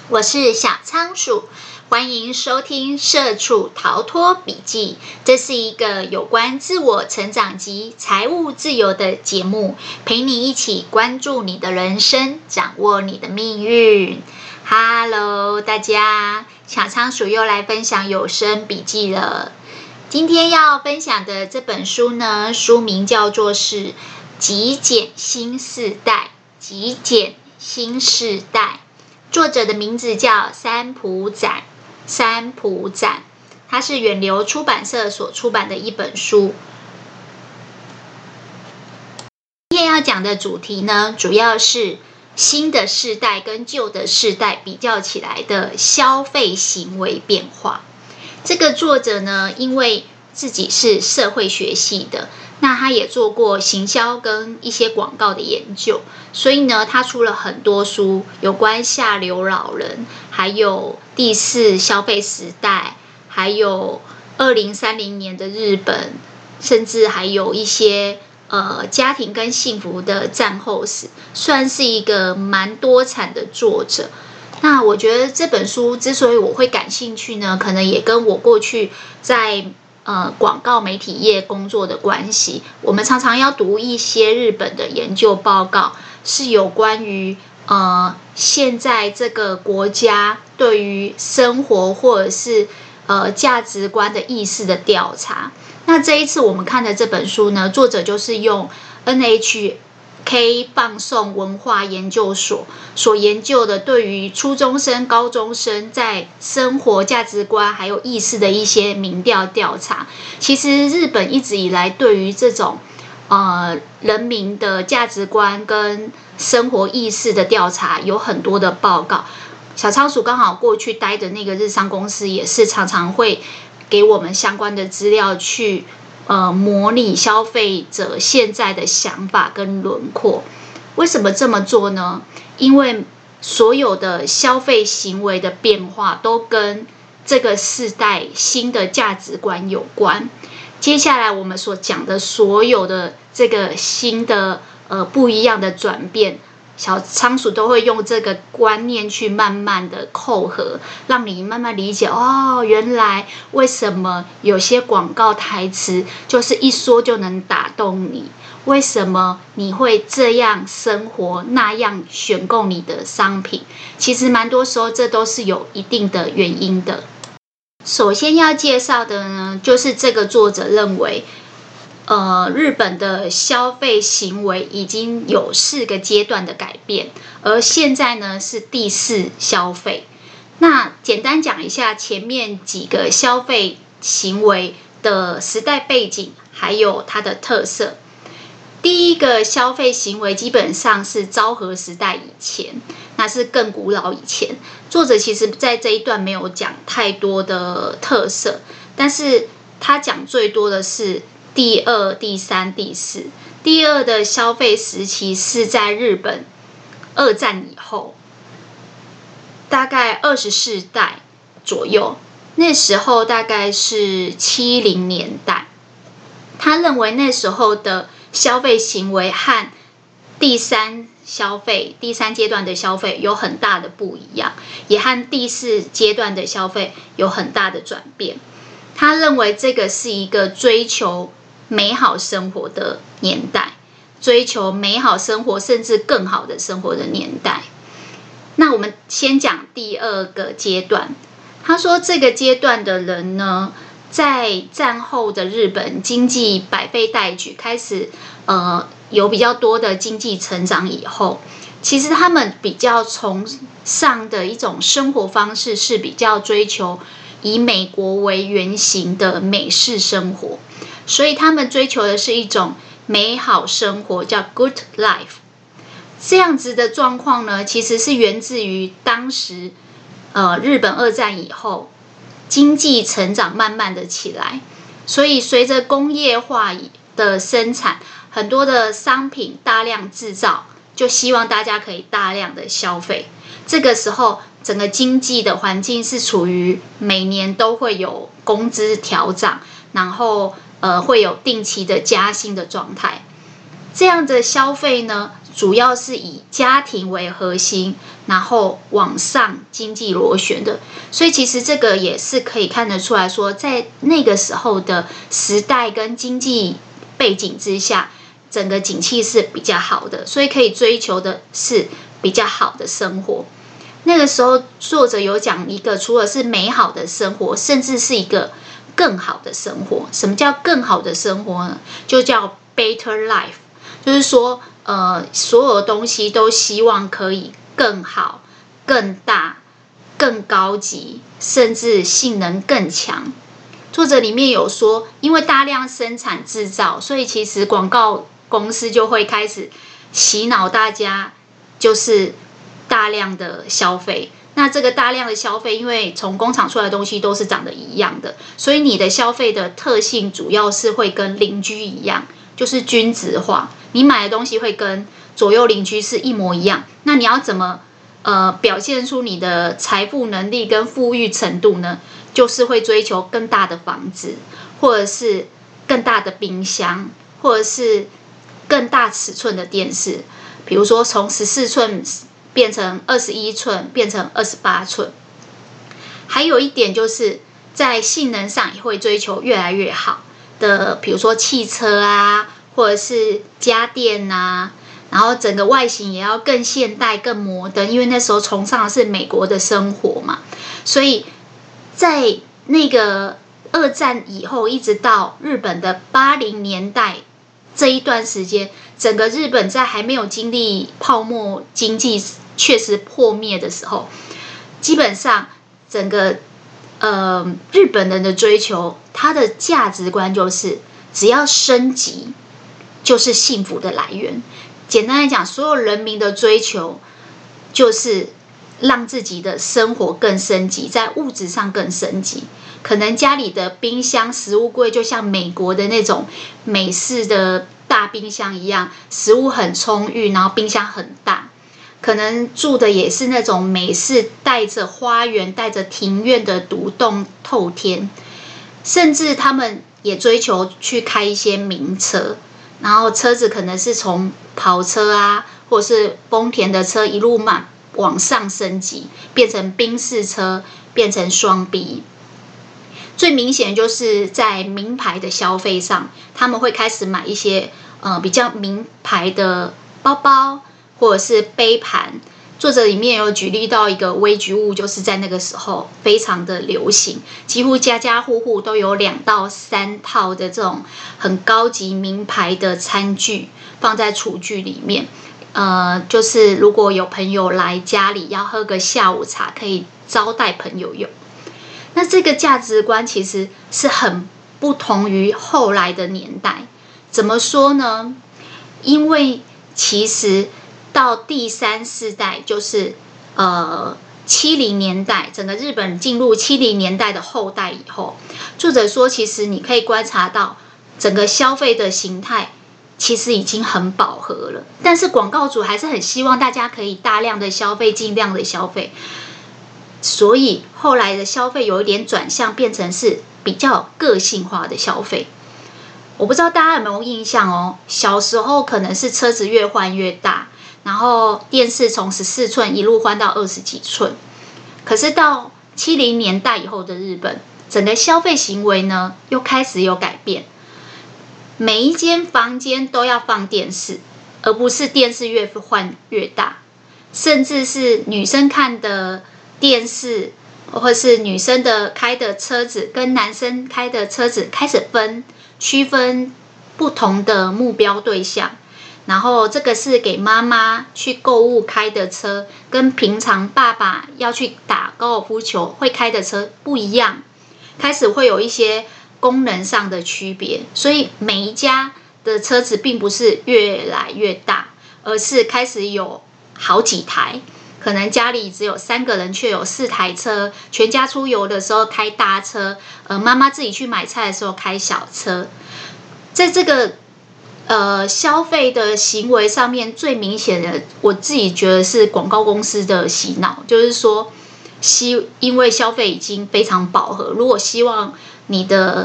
我是小仓鼠，欢迎收听社畜逃脱笔记。这是一个有关自我成长及财务自由的节目，陪你一起关注你的人生，掌握你的命运。Hello， 大家，小仓鼠又来分享有声笔记了。今天要分享的这本书呢，书名叫做是《极简新世代》，极简新世代。作者的名字叫三浦展，它是远流出版社所出版的一本书。今天要讲的主题呢，主要是新的世代跟旧的世代比较起来的消费行为变化。这个作者呢，因为自己是社会学系的，那他也做过行销跟一些广告的研究，所以呢，他出了很多书，有关下流老人，还有第四消费时代，还有2030年的日本，甚至还有一些家庭跟幸福的战后史，算是一个蛮多产的作者。那我觉得这本书之所以我会感兴趣呢，可能也跟我过去在广告媒体业工作的关系。我们常常要读一些日本的研究报告，是有关于现在这个国家对于生活或者是价值观的意识的调查。那这一次我们看的这本书呢，作者就是用 NHK 放送文化研究所所研究的对于初中生、高中生在生活价值观还有意识的一些民调调查。其实日本一直以来对于这种人民的价值观跟生活意识的调查有很多的报告。小仓鼠刚好过去待的那个日商公司也是常常会给我们相关的资料去模拟消费者现在的想法跟轮廓。为什么这么做呢？因为所有的消费行为的变化都跟这个世代新的价值观有关。接下来我们所讲的所有的这个新的不一样的转变，小仓鼠都会用这个观念去慢慢的扣合，让你慢慢理解原来为什么有些广告台词就是一说就能打动你，为什么你会这样生活那样选购你的商品。其实蛮多时候这都是有一定的原因的。首先要介绍的呢，就是这个作者认为日本的消费行为已经有4个阶段的改变，而现在呢是第4消费。那简单讲一下前面几个消费行为的时代背景，还有它的特色。第一个消费行为基本上是昭和时代以前，那是更古老以前。作者其实在这一段没有讲太多的特色，但是他讲最多的是第2、第3、第4。第2的消费时期是在日本2战以后，大概24代左右，那时候大概是70年代。他认为那时候的消费行为和第3阶段的消费有很大的不一样，也和第4阶段的消费有很大的转变。他认为这个是一个追求美好生活的年代，追求美好生活甚至更好的生活的年代。那我们先讲第2个阶段。他说这个阶段的人呢，在战后的日本经济百废待举，开始有比较多的经济成长以后，其实他们比较崇尚的一种生活方式是比较追求以美国为原型的美式生活，所以他们追求的是一种美好生活，叫 good life。 这样子的状况呢，其实是源自于当时日本2战以后经济成长慢慢的起来，所以随着工业化的生产，很多的商品大量制造，就希望大家可以大量的消费。这个时候整个经济的环境是处于每年都会有工资调涨，然后会有定期的加薪的状态。这样的消费呢， 主要是以家庭为核心，然后往上经济螺旋的。所以其实这个也是可以看得出来说，在那个时候的时代跟经济背景之下，整个景气是比较好的，所以可以追求的是比较好的生活。那个时候作者有讲一个，除了是美好的生活，甚至是一个更好的生活。什么叫更好的生活呢？就叫 better life， 就是说所有东西都希望可以更好、更大、更高级，甚至性能更强。作者里面有说，因为大量生产制造，所以其实广告公司就会开始洗脑大家，就是大量的消费。那这个大量的消费，因为从工厂出来的东西都是长得一样的，所以你的消费的特性主要是会跟邻居一样，就是均质化。你买的东西会跟左右邻居是一模一样。那你要怎么表现出你的财富能力跟富裕程度呢？就是会追求更大的房子，或者是更大的冰箱，或者是更大尺寸的电视。比如说从14寸变成21寸，变成28寸。还有一点就是在性能上也会追求越来越好的，比如说汽车啊，或者是家电啊，然后整个外形也要更现代、更摩登，因为那时候崇尚的是美国的生活嘛。所以在那个二战以后，一直到日本的80年代这一段时间，整个日本在还没有经历泡沫经济确实破灭的时候，基本上整个日本人的追求，他的价值观就是只要升级就是幸福的来源。简单来讲，所有人民的追求就是让自己的生活更升级，在物质上更升级。可能家里的冰箱、食物柜就像美国的那种美式的大冰箱一样，食物很充裕，然后冰箱很大。可能住的也是那种美式带着花园、带着庭院的独栋透天，甚至他们也追求去开一些名车，然后车子可能是从跑车啊，或是丰田的车一路往上升级，变成宾士车，变成双 B。最明显就是在名牌的消费上，他们会开始买一些比较名牌的包包或者是杯盘。作者里面有举例到一个微菊物，就是在那个时候非常的流行，几乎家家户户都有2到3套的这种很高级名牌的餐具放在厨具里面。就是如果有朋友来家里要喝个下午茶，可以招待朋友用。那这个价值观其实是很不同于后来的年代。怎么说呢？因为其实到第3世代，就是70年代，整个日本进入70年代的后代以后，作者说其实你可以观察到整个消费的形态其实已经很饱和了，但是广告主还是很希望大家可以大量的消费，尽量的消费。所以后来的消费有一点转向，变成是比较个性化的消费。我不知道大家有没有印象哦，小时候可能是车子越换越大，然后电视从14寸一路换到20几寸。可是到70年代以后的日本，整个消费行为呢又开始有改变。每一间房间都要放电视，而不是电视越换越大，甚至是女生看的电视，或是女生的开的车子跟男生开的车子开始区分不同的目标对象。然后这个是给妈妈去购物开的车，跟平常爸爸要去打高尔夫球会开的车不一样，开始会有一些功能上的区别。所以每一家的车子并不是越来越大，而是开始有好几台。可能家里只有3个人，却有4台车。全家出游的时候开大车，妈妈自己去买菜的时候开小车。在这个消费的行为上面，最明显的，我自己觉得是广告公司的洗脑，就是说，因为消费已经非常饱和，如果希望你的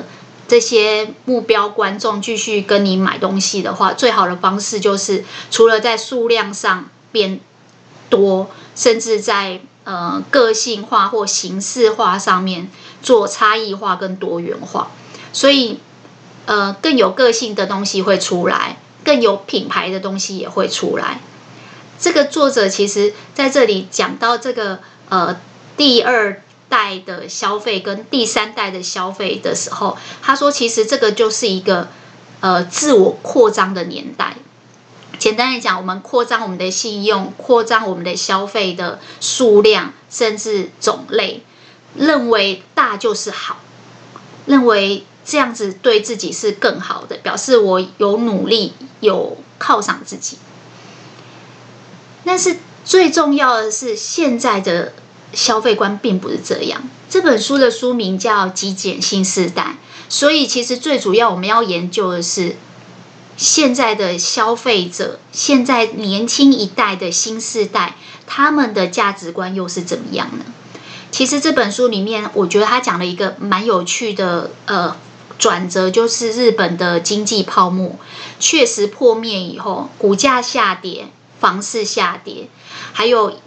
这些目标观众继续跟你买东西的话，最好的方式就是除了在数量上变多，甚至在个性化或形式化上面做差异化跟多元化，所以更有个性的东西会出来，更有品牌的东西也会出来。这个作者其实在这里讲到这个第二代的消费跟第三代的消费的时候，他说其实这个就是一个自我扩张的年代。简单来讲，我们扩张我们的信用，扩张我们的消费的数量，甚至种类，认为大就是好，认为这样子对自己是更好的，表示我有努力，有犒赏自己。但是最重要的是，现在的消费观并不是这样。这本书的书名叫《极简新世代》，所以其实最主要我们要研究的是现在的消费者，现在年轻一代的新世代，他们的价值观又是怎么样呢？其实这本书里面，我觉得他讲了一个蛮有趣的转折，就是日本的经济泡沫确实破灭以后，股价下跌，房市下跌，还有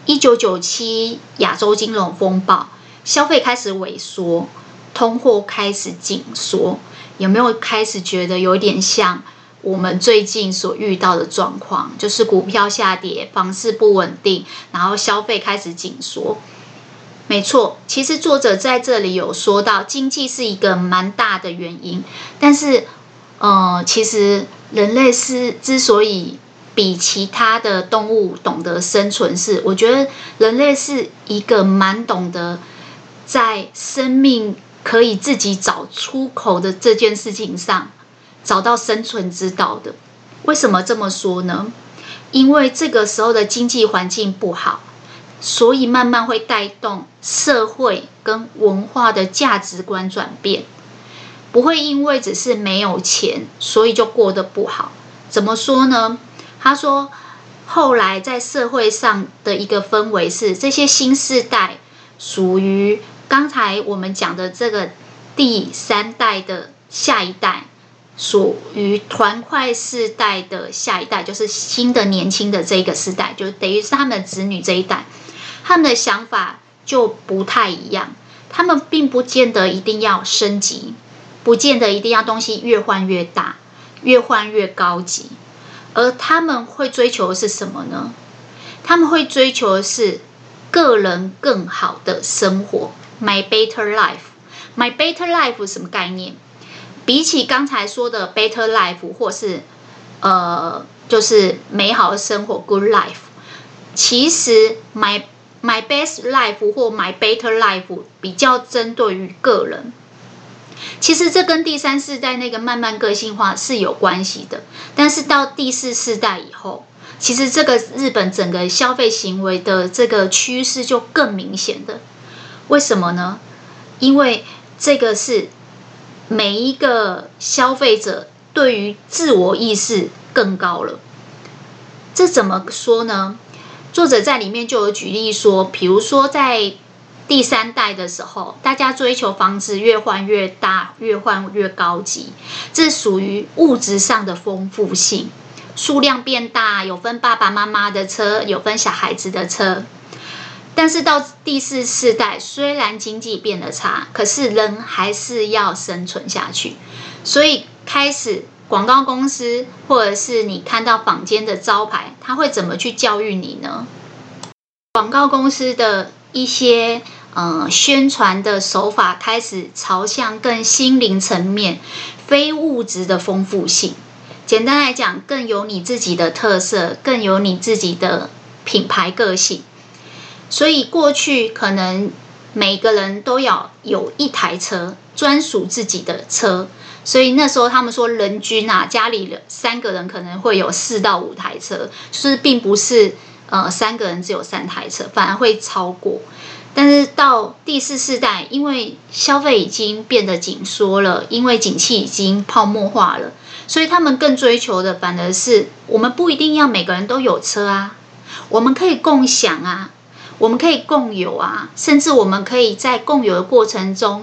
1997亚洲金融风暴，消费开始萎缩，通货开始紧缩，有没有开始觉得有点像我们最近所遇到的状况，就是股票下跌，房市不稳定，然后消费开始紧缩。没错，其实作者在这里有说到，经济是一个蛮大的原因，但是其实人类之所以比其他的动物懂得生存，我觉得人类是一个蛮懂得在生命可以自己找出口的这件事情上找到生存之道的。为什么这么说呢？因为这个时候的经济环境不好，所以慢慢会带动社会跟文化的价值观转变，不会因为只是没有钱，所以就过得不好。怎么说呢？他说，后来在社会上的一个氛围是，这些新世代属于刚才我们讲的这个第三代的下一代，属于团块世代的下一代，就是新的年轻的这个世代，就等于是他们的子女这一代，他们的想法就不太一样。他们并不见得一定要升级，不见得一定要东西越换越大，越换越高级，而他们会追求的是什么呢？他们会追求的是个人更好的生活 ，My better life。My better life 什么概念？比起刚才说的 better life 或是就是美好的生活 good life， 其实 my best life 或 my better life 比较针对于个人。其实这跟第三世代那个慢慢个性化是有关系的，但是到第四世代以后，其实这个日本整个消费行为的这个趋势就更明显的。为什么呢？因为这个是每一个消费者对于自我意识更高了。这怎么说呢？作者在里面就有举例说，比如说在第三代的时候，大家追求房子越换越大，越换越高级，这属于物质上的丰富性，数量变大，有分爸爸妈妈的车，有分小孩子的车。但是到第四世代，虽然经济变得差，可是人还是要生存下去，所以开始广告公司或者是你看到坊间的招牌，他会怎么去教育你呢？广告公司的一些宣传的手法开始朝向更心灵层面、非物质的丰富性。简单来讲，更有你自己的特色，更有你自己的品牌个性。所以过去可能每个人都要有一台车，专属自己的车。所以那时候他们说，人均家里3个人可能会有4到5台车，就是并不是3个人只有3台车，反而会超过。但是到第四世代，因为消费已经变得紧缩了，因为景气已经泡沫化了，所以他们更追求的反而是，我们不一定要每个人都有车啊，我们可以共享啊，我们可以共有啊，甚至我们可以在共有的过程中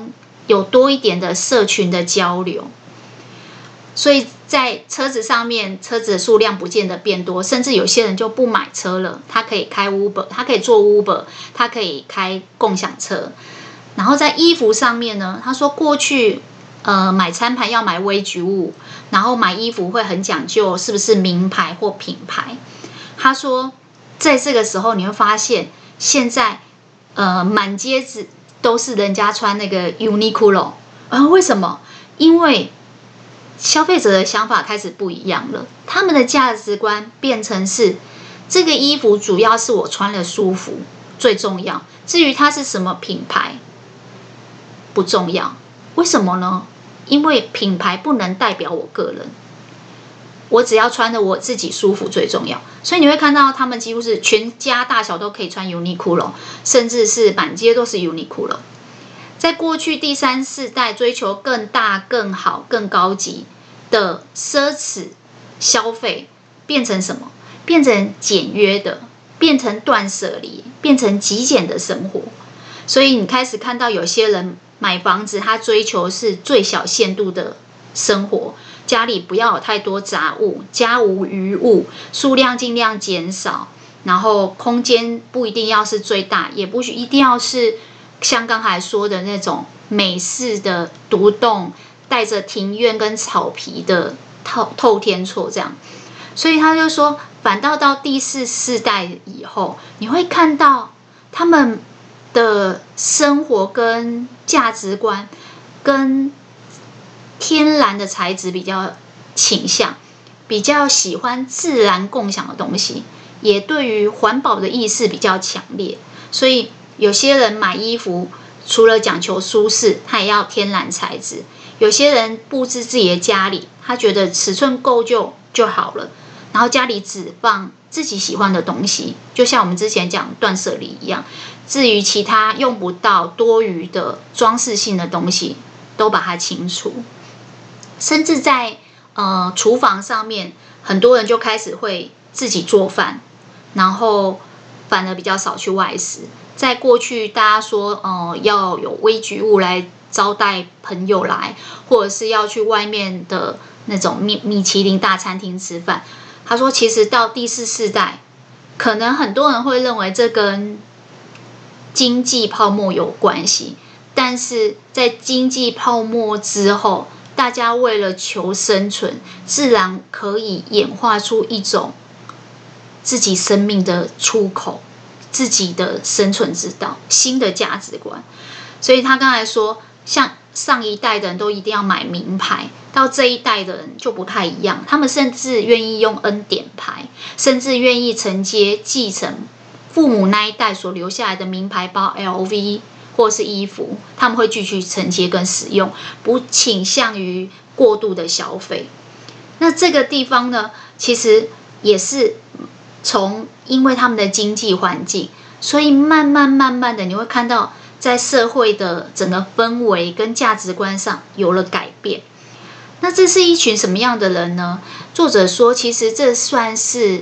有多一点的社群的交流，所以在车子上面，车子的数量不见得变多，甚至有些人就不买车了，他可以开 Uber， 他可以做 Uber， 他可以开共享车。然后在衣服上面呢，他说过去买餐盘要买微菊物，然后买衣服会很讲究是不是名牌或品牌。他说在这个时候你会发现，现在满街子都是人家穿那个 Uniqlo， 为什么？因为消费者的想法开始不一样了，他们的价值观变成是这个衣服主要是我穿了舒服最重要，至于它是什么品牌不重要。为什么呢？因为品牌不能代表我个人，我只要穿的我自己舒服最重要。所以你会看到他们几乎是全家大小都可以穿 Uniqlo， 甚至是满街都是 Uniqlo。在过去第3、4代追求更大、更好、更高级的奢侈消费，变成什么？变成简约的，变成断舍离，变成极简的生活。所以你开始看到有些人买房子，他追求是最小限度的生活，家里不要有太多杂物，家无余物，数量尽量减少，然后空间不一定要是最大，也不一定要是像刚才说的那种美式的独栋带着庭院跟草皮的透天厝这样。所以他就说反倒到第4、4代以后，你会看到他们的生活跟价值观跟天然的材质比较倾向，比较喜欢自然共享的东西，也对于环保的意识比较强烈。所以有些人买衣服除了讲求舒适，他也要天然材质。有些人布置自己的家里，他觉得尺寸够就好了，然后家里只放自己喜欢的东西，就像我们之前讲断舍离一样。至于其他用不到多余的装饰性的东西，都把它清除。甚至在厨房上面，很多人就开始会自己做饭，然后反而比较少去外食。在过去大家说要有微菊物来招待朋友来，或者是要去外面的那种米其林大餐厅吃饭，他说其实到第4、4代，可能很多人会认为这跟经济泡沫有关系，但是在经济泡沫之后，大家为了求生存，自然可以演化出一种自己生命的出口，自己的生存之道，新的价值观。所以他刚才说，像上一代的人都一定要买名牌，到这一代的人就不太一样，他们甚至愿意用恩典牌，甚至愿意承接继承父母那一代所留下来的名牌包 LV 或是衣服，他们会继续承接跟使用，不倾向于过度的消费。那这个地方呢，其实也是因为他们的经济环境，所以慢慢的你会看到在社会的整个氛围跟价值观上有了改变。那这是一群什么样的人呢？作者说其实这算是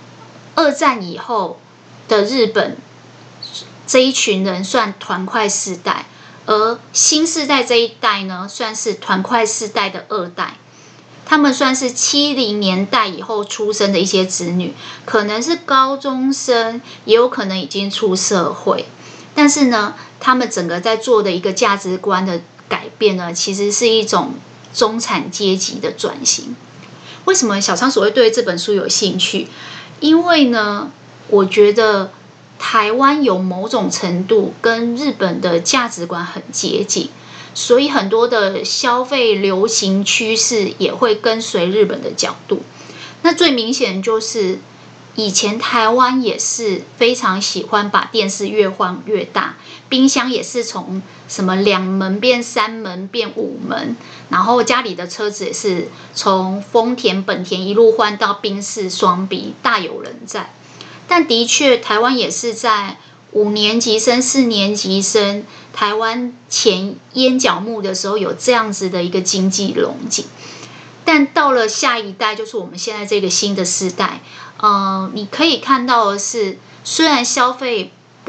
2战以后的日本这一群人算团块世代，而新世代这一代呢，算是团块世代的2代。他们算是70年代以后出生的一些子女，可能是高中生，也有可能已经出社会。但是呢，他们整个在做的一个价值观的改变呢，其实是一种中产阶级的转型。为什么小仓鼠会对这本书有兴趣？因为呢，我觉得台湾有某种程度跟日本的价值观很接近，所以很多的消费流行趋势也会跟随日本的角度。那最明显就是以前台湾也是非常喜欢把电视越换越大，冰箱也是从什么2门变3门变5门，然后家里的车子也是从丰田本田一路换到宾士双 B， 大有人在。但的确台湾也是在5年级生4年级生台湾前烟角木的时候有这样子的一个经济荣景。但到了下一代，就是我们现在这个新的世代，你可以看到的是，虽然消费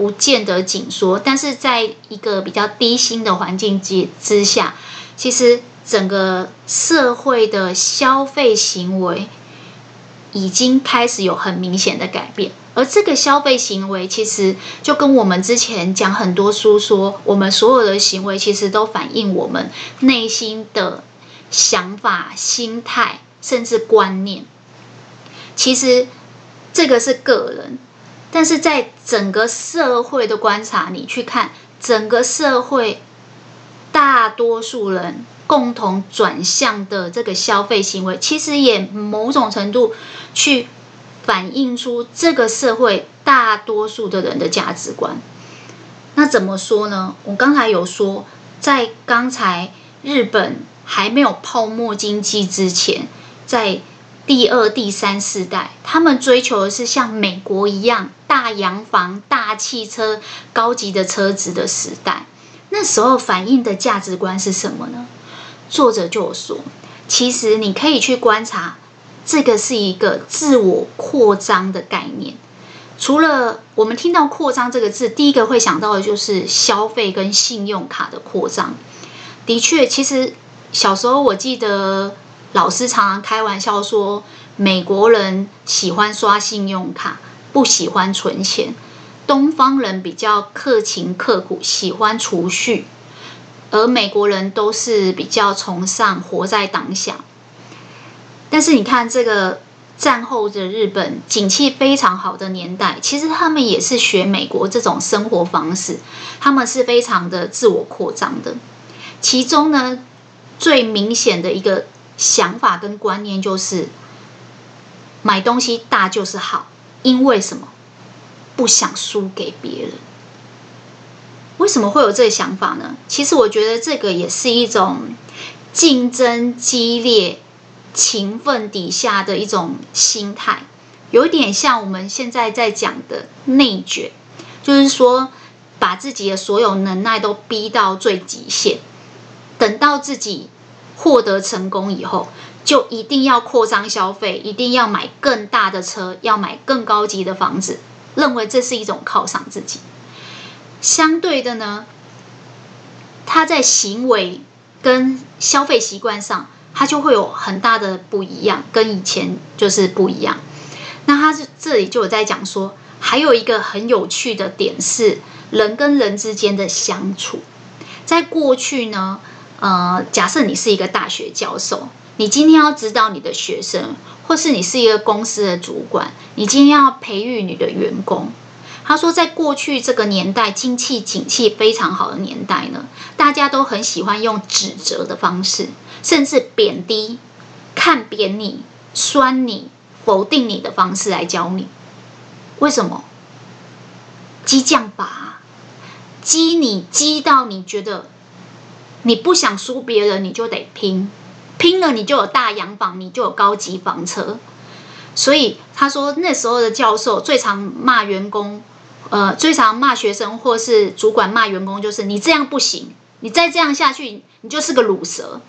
不见得紧缩，但是在一个比较低薪的环境之下，其实整个社会的消费行为已经开始有很明显的改变。而这个消费行为其实就跟我们之前讲很多书说，我们所有的行为其实都反映我们内心的想法、心态，甚至观念。其实这个是个人，但是在整个社会的观察，你去看整个社会大多数人共同转向的这个消费行为，其实也某种程度去反映出这个社会大多数的人的价值观。那怎么说呢？我刚才有说，在刚才日本还没有泡沫经济之前，在第二、第三世代，他们追求的是像美国一样大洋房、大汽车、高级的车子的时代。那时候反映的价值观是什么呢？作者就有说，其实你可以去观察，这个是一个自我扩张的概念。除了我们听到扩张这个字，第一个会想到的就是消费跟信用卡的扩张。的确，其实小时候我记得老师常常开玩笑说，美国人喜欢刷信用卡，不喜欢存钱；东方人比较克勤克苦，喜欢储蓄，而美国人都是比较崇尚活在当下。但是你看，这个战后的日本景气非常好的年代，其实他们也是学美国这种生活方式，他们是非常的自我扩张的。其中呢，最明显的一个想法跟观念就是买东西大就是好，因为什么？不想输给别人。为什么会有这个想法呢？其实我觉得这个也是一种竞争激烈、勤奋底下的一种心态，有点像我们现在在讲的内卷，就是说把自己的所有能耐都逼到最极限，等到自己获得成功以后，就一定要扩张消费，一定要买更大的车，要买更高级的房子，认为这是一种犒赏自己。相对的呢，他在行为跟消费习惯上，他就会有很大的不一样，跟以前就是不一样。那他这里就有在讲说，还有一个很有趣的点是人跟人之间的相处。在过去呢，假设你是一个大学教授，你今天要指导你的学生，或是你是一个公司的主管，你今天要培育你的员工。他说，在过去这个年代，经济景气非常好的年代呢，大家都很喜欢用指责的方式，甚至贬低、看扁你、酸你、否定你的方式来教你。为什么？激将法，激你激到你觉得你不想输别人，你就得拼，拼了你就有大洋房，你就有高级房车。所以他说，那时候的教授最常骂员工。最常骂学生或是主管骂员工，就是你这样不行，你再这样下去，你就是个鲁蛇。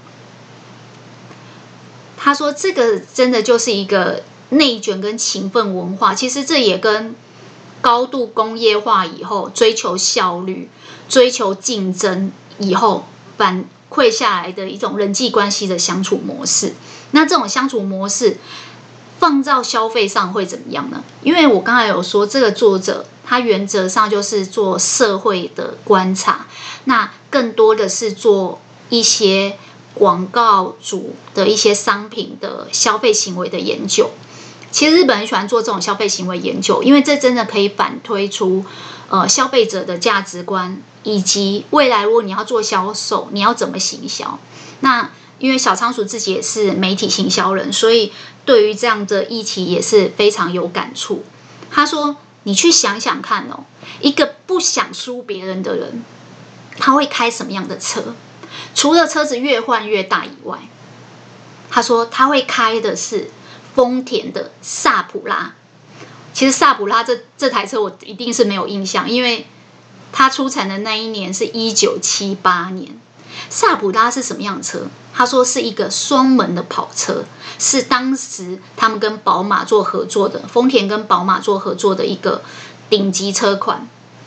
他说，这个真的就是一个内卷跟勤奋文化。其实这也跟高度工业化以后，追求效率、追求竞争以后反馈下来的一种人际关系的相处模式。那这种相处模式放到消费上会怎么样呢？因为我刚才有说，这个作者他原则上就是做社会的观察，那更多的是做一些广告主的一些商品的消费行为的研究。其实日本很喜欢做这种消费行为研究，因为这真的可以反推出消费者的价值观，以及未来如果你要做销售，你要怎么行销。那因为小仓鼠自己也是媒体行销人，所以对于这样的议题也是非常有感触。他说，你去想想看哦，一个不想输别人的人，他会开什么样的车？除了车子越换越大以外，他说他会开的是丰田的萨普拉。其实萨普拉这台车我一定是没有印象，因为它出产的那一年是1978年。萨普拉是什么样的车？他说是一个双门的跑车，是当时他们跟宝马做合作的，丰田跟宝马做合作的一个顶级车款。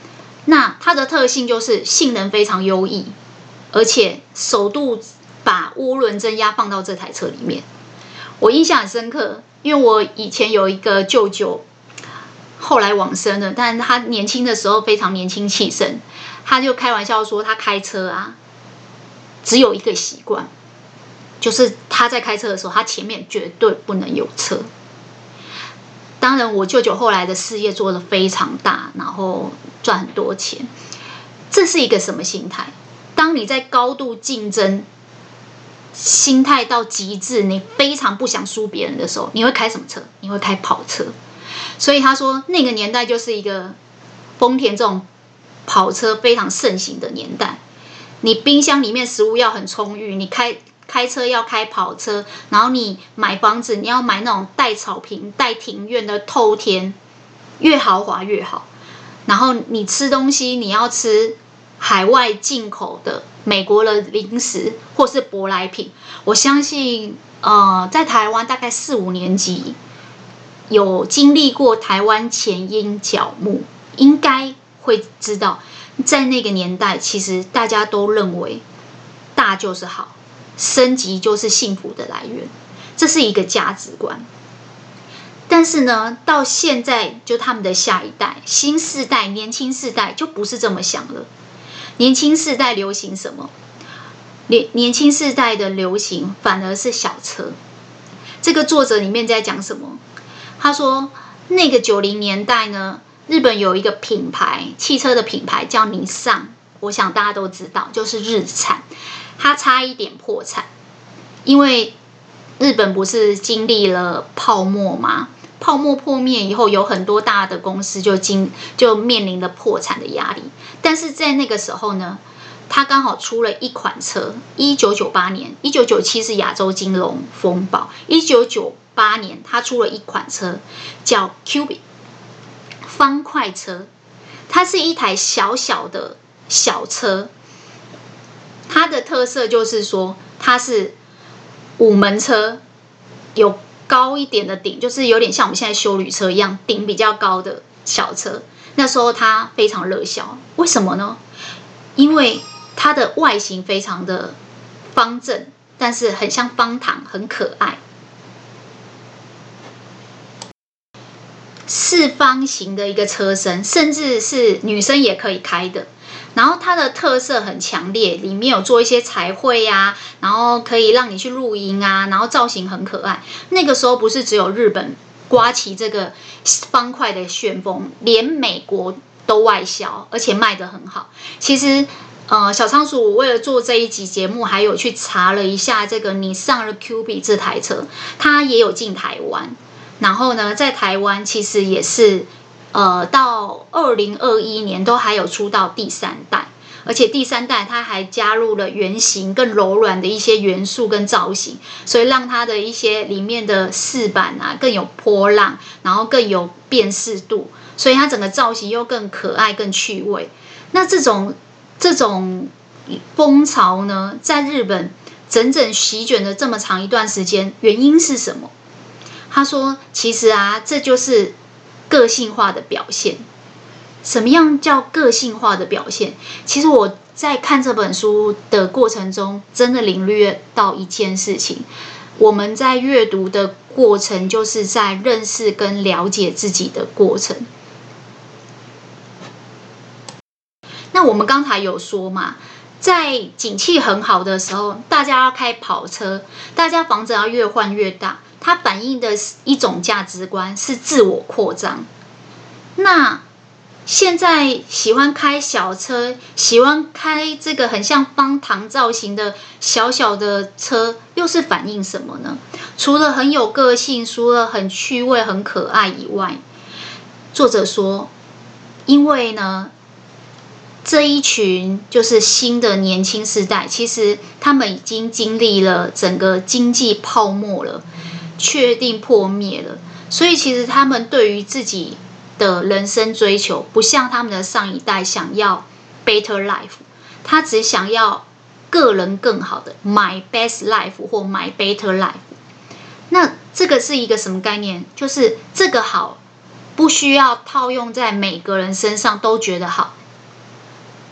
那它的特性就是性能非常优异，而且首度把涡轮增压放到这台车里面。我印象很深刻，因为我以前有一个舅舅，后来往生了，但他年轻的时候非常年轻气盛，他就开玩笑说他开车啊，只有一个习惯，就是他在开车的时候，他前面绝对不能有车。当然，我舅舅后来的事业做得非常大，然后赚很多钱。这是一个什么心态？当你在高度竞争、心态到极致，你非常不想输别人的时候，你会开什么车？你会开跑车。所以他说，那个年代就是一个丰田这种跑车非常盛行的年代。你冰箱里面食物要很充裕，你开车要开跑车，然后你买房子你要买那种带草坪、带庭院的透天，越豪华越好。然后你吃东西你要吃海外进口的美国的零食或是舶来品。我相信在台湾大概4、5年级有经历过台湾前因角木，应该会知道，在那个年代其实大家都认为大就是好，升级就是幸福的来源，这是一个价值观。但是呢，到现在就他们的下一代、新世代、年轻世代就不是这么想了。年轻世代流行什么？年轻世代的流行反而是小车。这个作者里面在讲什么？他说，那个90年代呢，日本有一个品牌，汽车的品牌叫尼桑，我想大家都知道，就是日产。它差一点破产，因为日本不是经历了泡沫吗？泡沫破灭以后，有很多大的公司就面临了破产的压力。但是在那个时候呢，他刚好出了一款车，1998年，1997是亚洲金融风暴，1998年他出了一款车叫 Cubic 方块车，它是一台小小的小车，它的特色就是说它是5门车，有高一点的顶，就是有点像我们现在休旅车一样，顶比较高的小车。那时候它非常热销，为什么呢？因为它的外形非常的方正，但是很像方糖，很可爱。四方形的一个车身，甚至是女生也可以开的。然后它的特色很强烈，里面有做一些彩绘啊，然后可以让你去露营啊，然后造型很可爱。那个时候不是只有日本刮起这个方块的旋风，连美国都外销，而且卖得很好。其实小仓鼠我为了做这一集节目，还有去查了一下这个尼桑的 Cubic 这台车，它也有进台湾。然后呢，在台湾其实也是到2021年都还有出到第3代，而且第3代它还加入了圆形更柔软的一些元素跟造型，所以让它的一些里面的饰板啊更有波浪，然后更有辨识度，所以它整个造型又更可爱更趣味。那这种风潮呢，在日本整整席卷了这么长一段时间，原因是什么？他说其实啊，这就是个性化的表现。什么样叫个性化的表现？其实我在看这本书的过程中，真的领略到一件事情：我们在阅读的过程，就是在认识跟了解自己的过程。那我们刚才有说嘛，在景气很好的时候，大家要开跑车，大家房子要越换越大，它反映的一种价值观是自我扩张。那现在喜欢开小车，喜欢开这个很像方糖造型的小小的车，又是反映什么呢？除了很有个性，除了很趣味、很可爱以外，作者说，因为呢，这一群就是新的年轻世代，其实他们已经经历了整个经济泡沫了，确定破灭了，所以其实他们对于自己的人生追求，不像他们的上一代想要 better life， 他只想要个人更好的 my best life 或 my better life。 那这个是一个什么概念？就是这个好不需要套用在每个人身上都觉得好，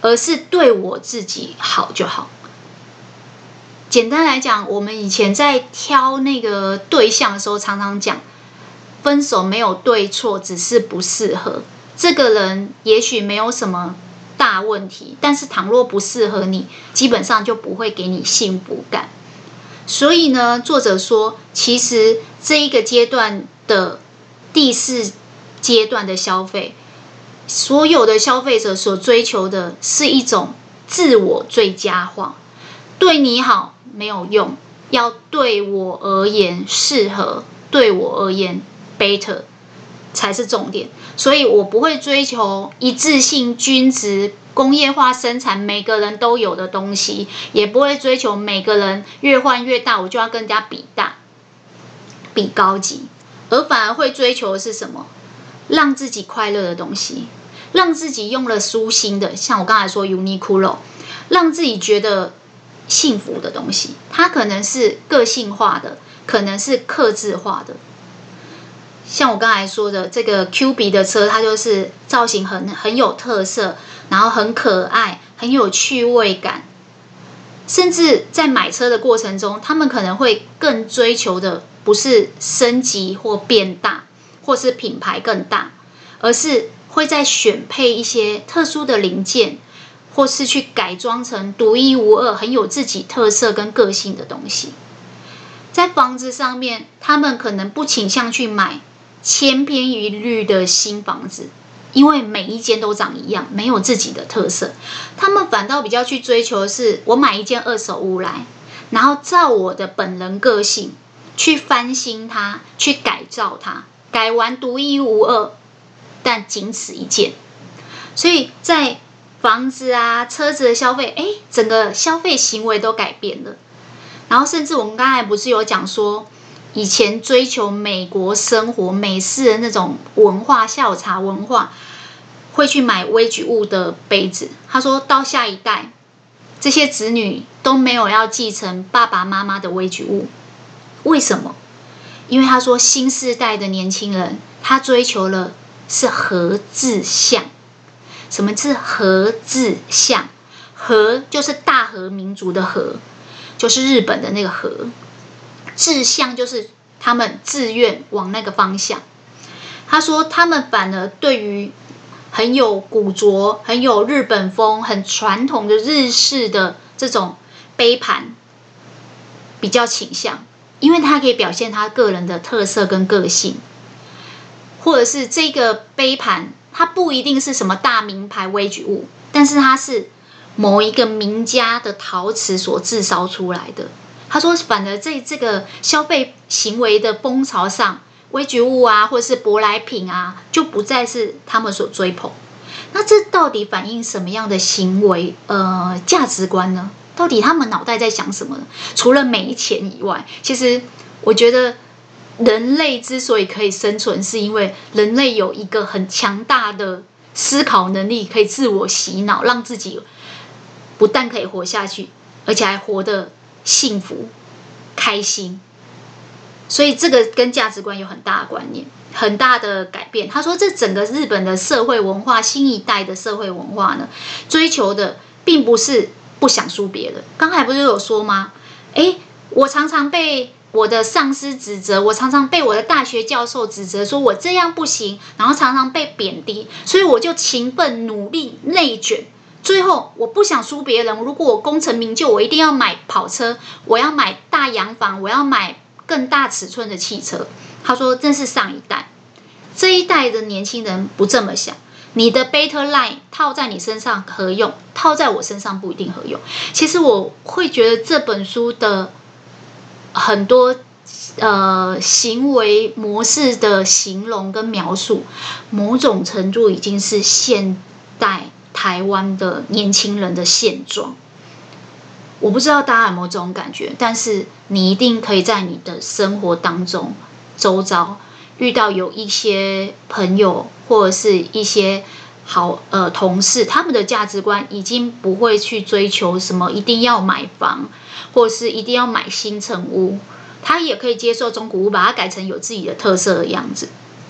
而是对我自己好就好。简单来讲，我们以前在挑那个对象的时候，常常讲分手没有对错，只是不适合。这个人也许没有什么大问题，但是倘若不适合你，基本上就不会给你幸福感。所以呢，作者说，其实这一个阶段的第4阶段的消费，所有的消费者所追求的是一种自我最佳化，对你好没有用，要对我而言适合，对我而言 better 才是重点。所以我不会追求一致性均值工业化生产每个人都有的东西，也不会追求每个人越换越大我就要跟人家比大比高级，而反而会追求的是什么？让自己快乐的东西，让自己用了舒心的，像我刚才说 Uniqlo， 让自己觉得幸福的东西。它可能是个性化的，可能是客制化的。像我刚才说的这个 QB 的车，它就是造型很有特色，然后很可爱，很有趣味感。甚至在买车的过程中，他们可能会更追求的不是升级或变大，或是品牌更大，而是会再选配一些特殊的零件，或是去改装成独一无二、很有自己特色跟个性的东西。在房子上面，他们可能不倾向去买千篇一律的新房子，因为每一间都长一样，没有自己的特色。他们反倒比较去追求的是，我买一间二手屋来，然后照我的本人个性去翻新它，去改造它，改完独一无二，但仅此一件。所以在房子啊、车子的消费，整个消费行为都改变了。然后甚至我们刚才不是有讲说，以前追求美国生活、美式的那种文化、下午茶文化，会去买微举物的杯子。他说到下一代，这些子女都没有要继承爸爸妈妈的微举物。为什么？因为他说新世代的年轻人，他追求了是和志向。什么是和志向？和就是大和民族的和，就是日本的那个和。志向就是他们自愿往那个方向。他说他们反而对于很有古着、很有日本风、很传统的日式的这种杯盘比较倾向，因为它可以表现他个人的特色跟个性。或者是这个杯盘，它不一定是什么大名牌微举物，但是它是某一个名家的陶瓷所制烧出来的。他说反而在这个消费行为的风潮上，微举物啊或者是舶来品啊，就不再是他们所追捧。那这到底反映什么样的行为价值观呢？到底他们脑袋在想什么呢？除了没钱以外，其实我觉得人类之所以可以生存，是因为人类有一个很强大的思考能力，可以自我洗脑，让自己不但可以活下去，而且还活得幸福、开心。所以这个跟价值观有很大的观念、很大的改变。他说，这整个日本的社会文化，新一代的社会文化呢，追求的并不是不想输别人。刚才不是有说吗？我常常被我的上司指责，我常常被我的大学教授指责，说我这样不行，然后常常被贬低，所以我就勤奋努力内卷。最后我不想输别人，如果我功成名就，我一定要买跑车，我要买大洋房，我要买更大尺寸的汽车。他说这是上一代，这一代的年轻人不这么想。你的 better line 套在你身上合用，套在我身上不一定合用。其实我会觉得这本书的很多行为模式的形容跟描述，某种程度已经是现代台湾的年轻人的现状。我不知道大家有没有这种感觉，但是你一定可以在你的生活当中周遭遇到有一些朋友或者是一些同事，他们的价值观已经不会去追求什么一定要买房，或是一定要买新成屋，他也可以接受中古屋，把它改成有自己的特色的样子。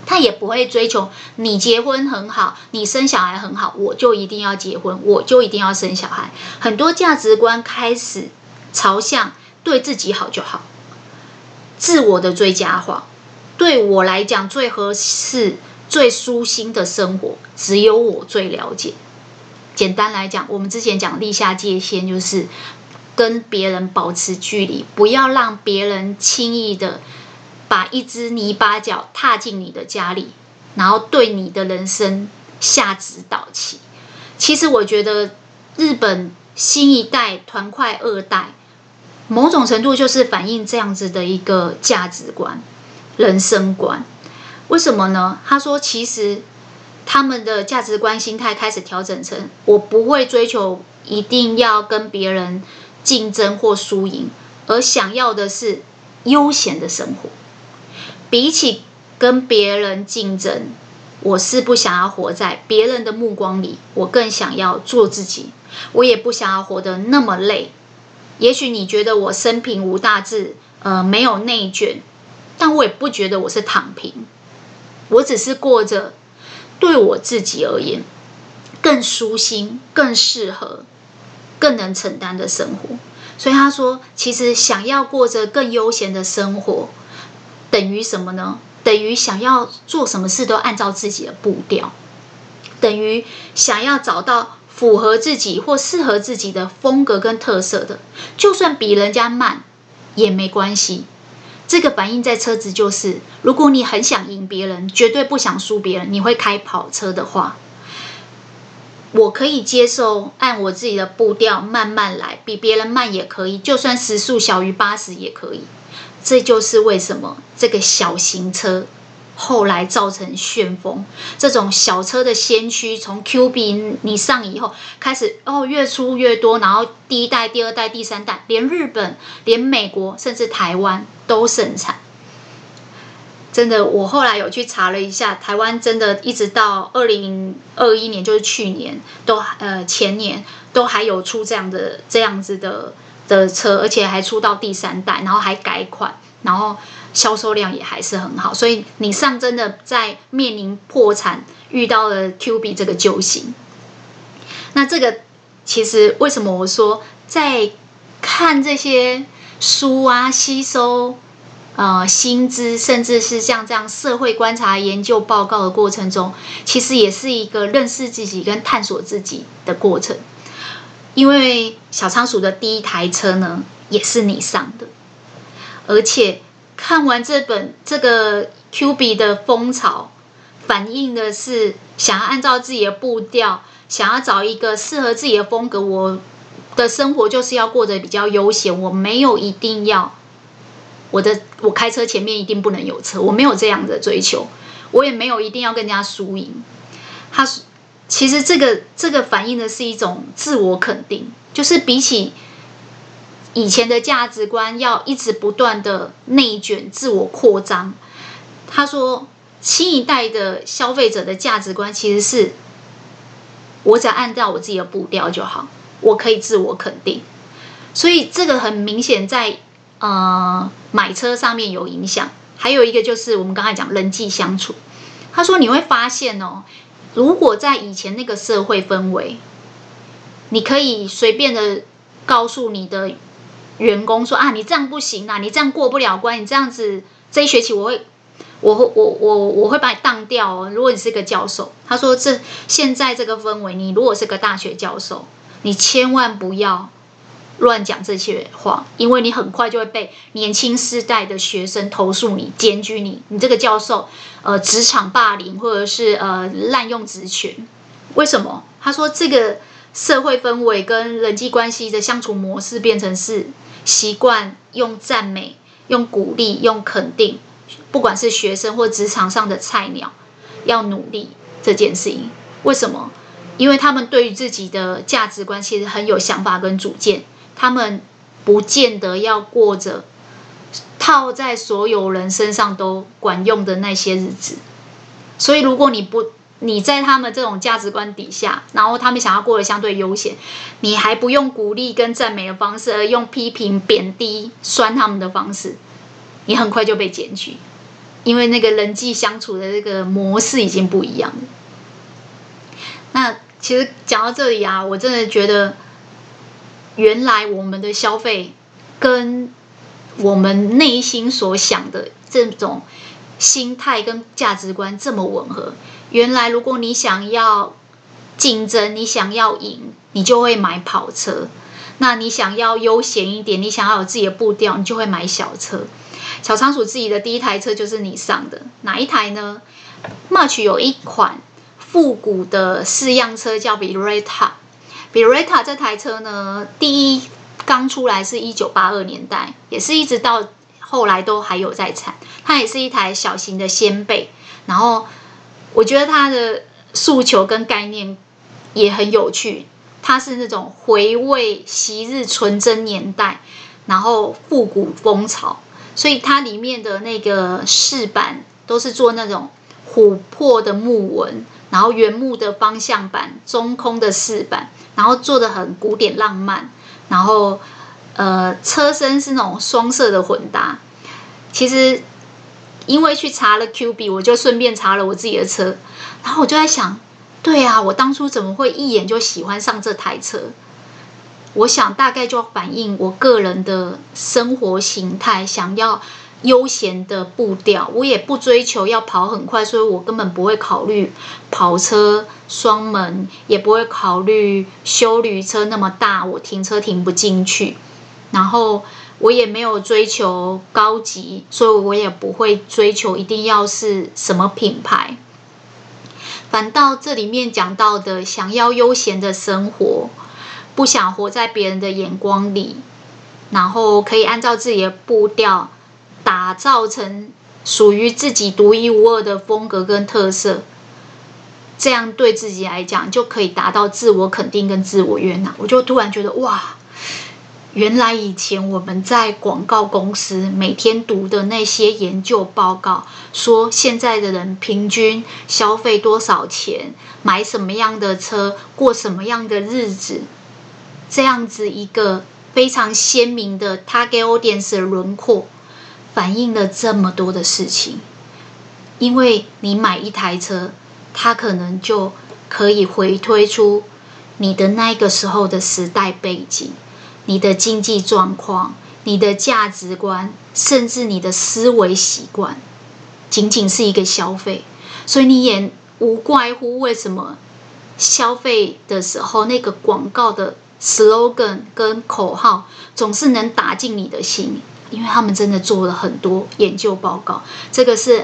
他也不会追求你结婚很好，你生小孩很好，我就一定要结婚，我就一定要生小孩。很多价值观开始朝向对自己好就好，自我的最佳化。对我来讲最合适、最舒心的生活，只有我最了解。简单来讲，我们之前讲立下界限，就是跟别人保持距离，不要让别人轻易的把一只泥巴脚踏进你的家里，然后对你的人生下指导棋。其实我觉得日本新一代团块二代，某种程度就是反映这样子的一个价值观、人生观。为什么呢？他说，其实他们的价值观、心态开始调整成，我不会追求一定要跟别人竞争或输赢，而想要的是悠闲的生活。比起跟别人竞争，我是不想要活在别人的目光里，我更想要做自己。我也不想要活得那么累。也许你觉得我生平无大志，没有内卷，但我也不觉得我是躺平。我只是过着对我自己而言更舒心、更适合、更能承担的生活。所以他说，其实想要过着更悠闲的生活，等于什么呢？等于想要做什么事都按照自己的步调，等于想要找到符合自己或适合自己的风格跟特色的，就算比人家慢也没关系。这个反映在车子，就是如果你很想赢别人，绝对不想输别人，你会开跑车的话，我可以接受按我自己的步调慢慢来，比别人慢也可以，就算时速小于80也可以。这就是为什么这个小型车后来造成旋风，这种小车的先驱，从 QB 你上以后开始越出越多，然后第一代、第二代、第三代，连日本、连美国甚至台湾都盛产。真的，我后来有去查了一下，台湾真的一直到2021年，就是去年前年都还有出这样子的车，而且还出到第三代，然后还改款，然后销售量也还是很好。所以你上真的在面临破产，遇到了 QB 这个救星。那这个其实为什么我说在看这些书啊，吸收薪资，甚至是像这样社会观察研究报告的过程中，其实也是一个认识自己跟探索自己的过程。因为小仓鼠的第一台车呢，也是你上的，而且看完这个 QB 的风潮，反映的是想要按照自己的步调，想要找一个适合自己的风格。我的生活就是要过得比较悠闲，我没有一定要我开车前面一定不能有车，我没有这样的追求，我也没有一定要跟人家输赢。其实这个反映的是一种自我肯定，就是比起以前的价值观要一直不断的内卷、自我扩张。他说，新一代的消费者的价值观其实是，我只要按照我自己的步调就好，我可以自我肯定。所以这个很明显在买车上面有影响。还有一个就是我们刚才讲人际相处。他说你会发现如果在以前那个社会氛围，你可以随便的告诉你的员工说你这样不行啊，你这样过不了关，你这样子这一学期我会把你当掉如果你是个教授。他说现在这个氛围，你如果是个大学教授，你千万不要乱讲这些话，因为你很快就会被年轻世代的学生投诉你、检举你这个教授职场霸凌或者是滥用职权。为什么？他说这个社会氛围跟人际关系的相处模式变成是习惯用赞美、用鼓励、用肯定，不管是学生或职场上的菜鸟要努力这件事情。为什么？因为他们对于自己的价值观其实很有想法跟主见，他们不见得要过着套在所有人身上都管用的那些日子。所以如果你在他们这种价值观底下，然后他们想要过得相对悠闲，你还不用鼓励跟赞美的方式，而用批评、贬低、酸他们的方式，你很快就被检举。 因为那个人际相处的这个模式已经不一样了。那其实讲到这里啊，我真的觉得，原来我们的消费跟我们内心所想的这种心态跟价值观这么吻合。原来如果你想要竞争，你想要赢，你就会买跑车；那你想要悠闲一点，你想要有自己的步调，你就会买小车。小仓鼠自己的第一台车就是你上的，哪一台呢？ March 有一款复古的4样车叫 Beretta。Beretta 这台车呢，第一刚出来是1982年代，也是一直到后来都还有在产。它也是一台小型的掀背，然后我觉得它的诉求跟概念也很有趣。它是那种回味昔日纯真年代，然后复古风潮，所以它里面的那个饰板都是做那种琥珀的木纹，然后原木的方向板，中空的饰板，然后做的很古典浪漫，然后车身是那种双色的混搭。其实因为去查了 QB， 我就顺便查了我自己的车，然后我就在想，对啊，我当初怎么会一眼就喜欢上这台车？我想大概就反映我个人的生活形态，想要悠闲的步调，我也不追求要跑很快，所以我根本不会考虑跑车双门，也不会考虑休旅车那么大，我停车停不进去。然后我也没有追求高级，所以我也不会追求一定要是什么品牌。反倒这里面讲到的，想要悠闲的生活，不想活在别人的眼光里，然后可以按照自己的步调打造成属于自己独一无二的风格跟特色，这样对自己来讲就可以达到自我肯定跟自我悦纳。我就突然觉得，哇，原来以前我们在广告公司每天读的那些研究报告，说现在的人平均消费多少钱，买什么样的车，过什么样的日子，这样子一个非常鲜明的 target audience 的轮廓，反映了这么多的事情。因为你买一台车，它可能就可以回推出你的那个时候的时代背景，你的经济状况，你的价值观，甚至你的思维习惯，仅仅是一个消费。所以你也无怪乎为什么消费的时候那个广告的 slogan 跟口号总是能打进你的心，因为他们真的做了很多研究报告。这个是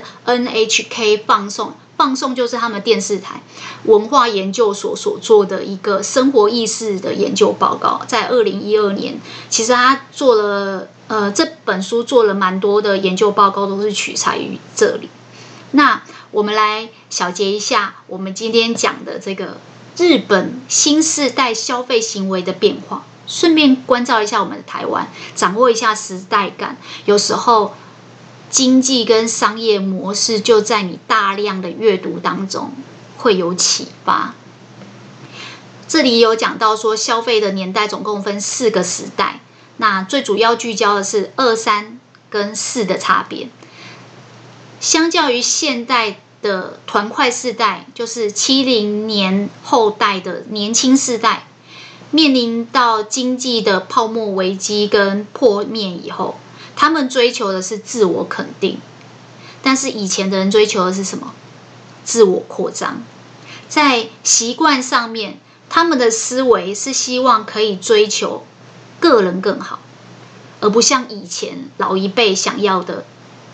NHK 放送就是他们电视台文化研究所所做的一个生活意识的研究报告，在2012年，其实他做了这本书做了蛮多的研究报告，都是取材于这里。那我们来小结一下我们今天讲的这个日本新世代消费行为的变化，顺便关照一下我们的台湾，掌握一下时代感。有时候经济跟商业模式就在你大量的阅读当中会有启发。这里有讲到说消费的年代总共分4个时代，那最主要聚焦的是2、3跟4的差别。相较于现代的团块世代，就是70年后代的年轻世代，面临到经济的泡沫危机跟破灭以后，他们追求的是自我肯定，但是以前的人追求的是什么？自我扩张。在习惯上面，他们的思维是希望可以追求个人更好，而不像以前老一辈想要的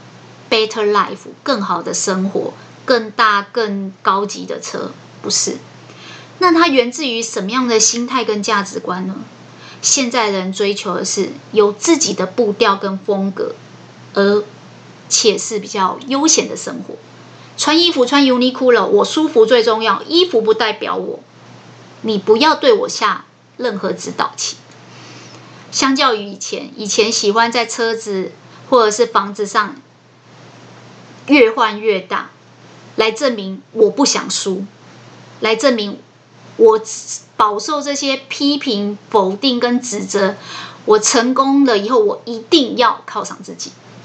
better life 更好的生活，更大更高级的车，不是。那它源自于什么样的心态跟价值观呢？现在人追求的是有自己的步调跟风格，而且是比较悠闲的生活。穿衣服穿 Uniqlo， 我舒服最重要，衣服不代表我，你不要对我下任何指导棋。相较于以前喜欢在车子或者是房子上越换越大，来证明我不想输，来证明我饱受这些批评、否定跟指责，我成功了以后，我一定要犒赏自己。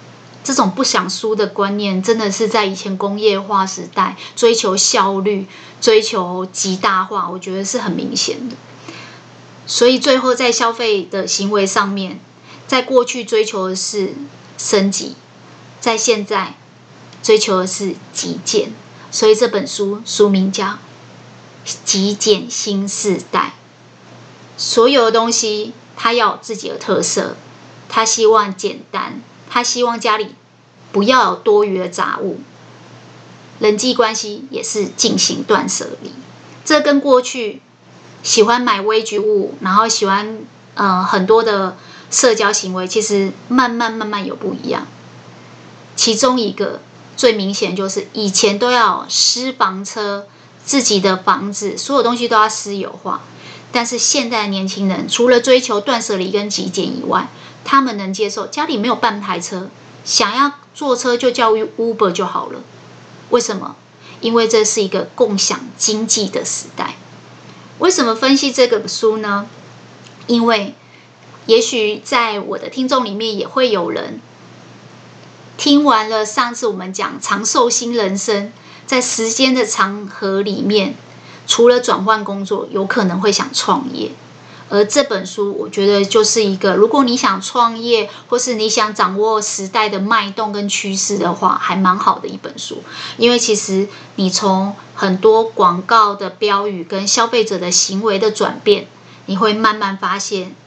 这种不想输的观念，真的是在以前工业化时代追求效率、追求极大化，我觉得是很明显的。所以最后在消费的行为上面，在过去追求的是升级，在现在追求的是极简。所以这本书书名叫《极简新世代》。所有的东西它要有自己的特色，他希望简单，他希望家里不要有多余的杂物，人际关系也是进行断舍离。这跟过去喜欢买微距物，然后喜欢很多的社交行为，其实慢慢有不一样。其中一个最明显就是以前都要有私房车，自己的房子，所有东西都要私有化。但是现在的年轻人除了追求断舍离跟极简以外，他们能接受家里没有半台车，想要坐车就叫 Uber 就好了。为什么？因为这是一个共享经济的时代。为什么分析这个书呢？因为也许在我的听众里面也会有人听完了上次我们讲长寿新人生，在时间的长河里面，除了转换工作，有可能会想创业。而这本书我觉得就是一个，如果你想创业，或是你想掌握时代的脉动跟趋势的话，还蛮好的一本书。因为其实你从很多广告的标语跟消费者的行为的转变，你会慢慢发现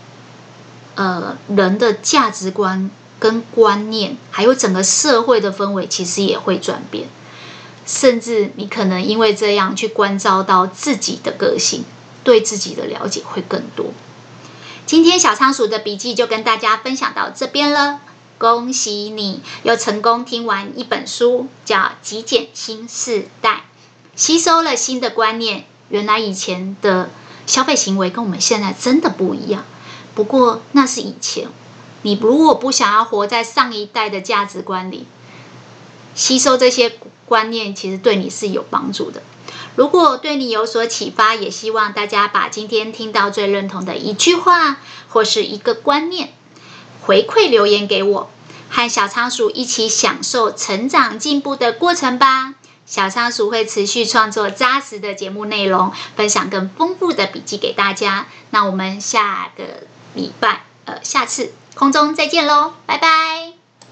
人的价值观跟观念，还有整个社会的氛围其实也会转变，甚至你可能因为这样去关照到自己的个性，对自己的了解会更多。今天小仓鼠的笔记就跟大家分享到这边了，恭喜你又成功听完一本书，叫《极简新世代》，吸收了新的观念。原来以前的消费行为跟我们现在真的不一样，不过那是以前。你如果不想要活在上一代的价值观里，吸收这些观念其实对你是有帮助的。如果对你有所启发，也希望大家把今天听到最认同的一句话或是一个观念回馈留言给我，和小仓鼠一起享受成长进步的过程吧。小仓鼠会持续创作扎实的节目内容，分享更丰富的笔记给大家。那我们下次空中再见咯，拜拜。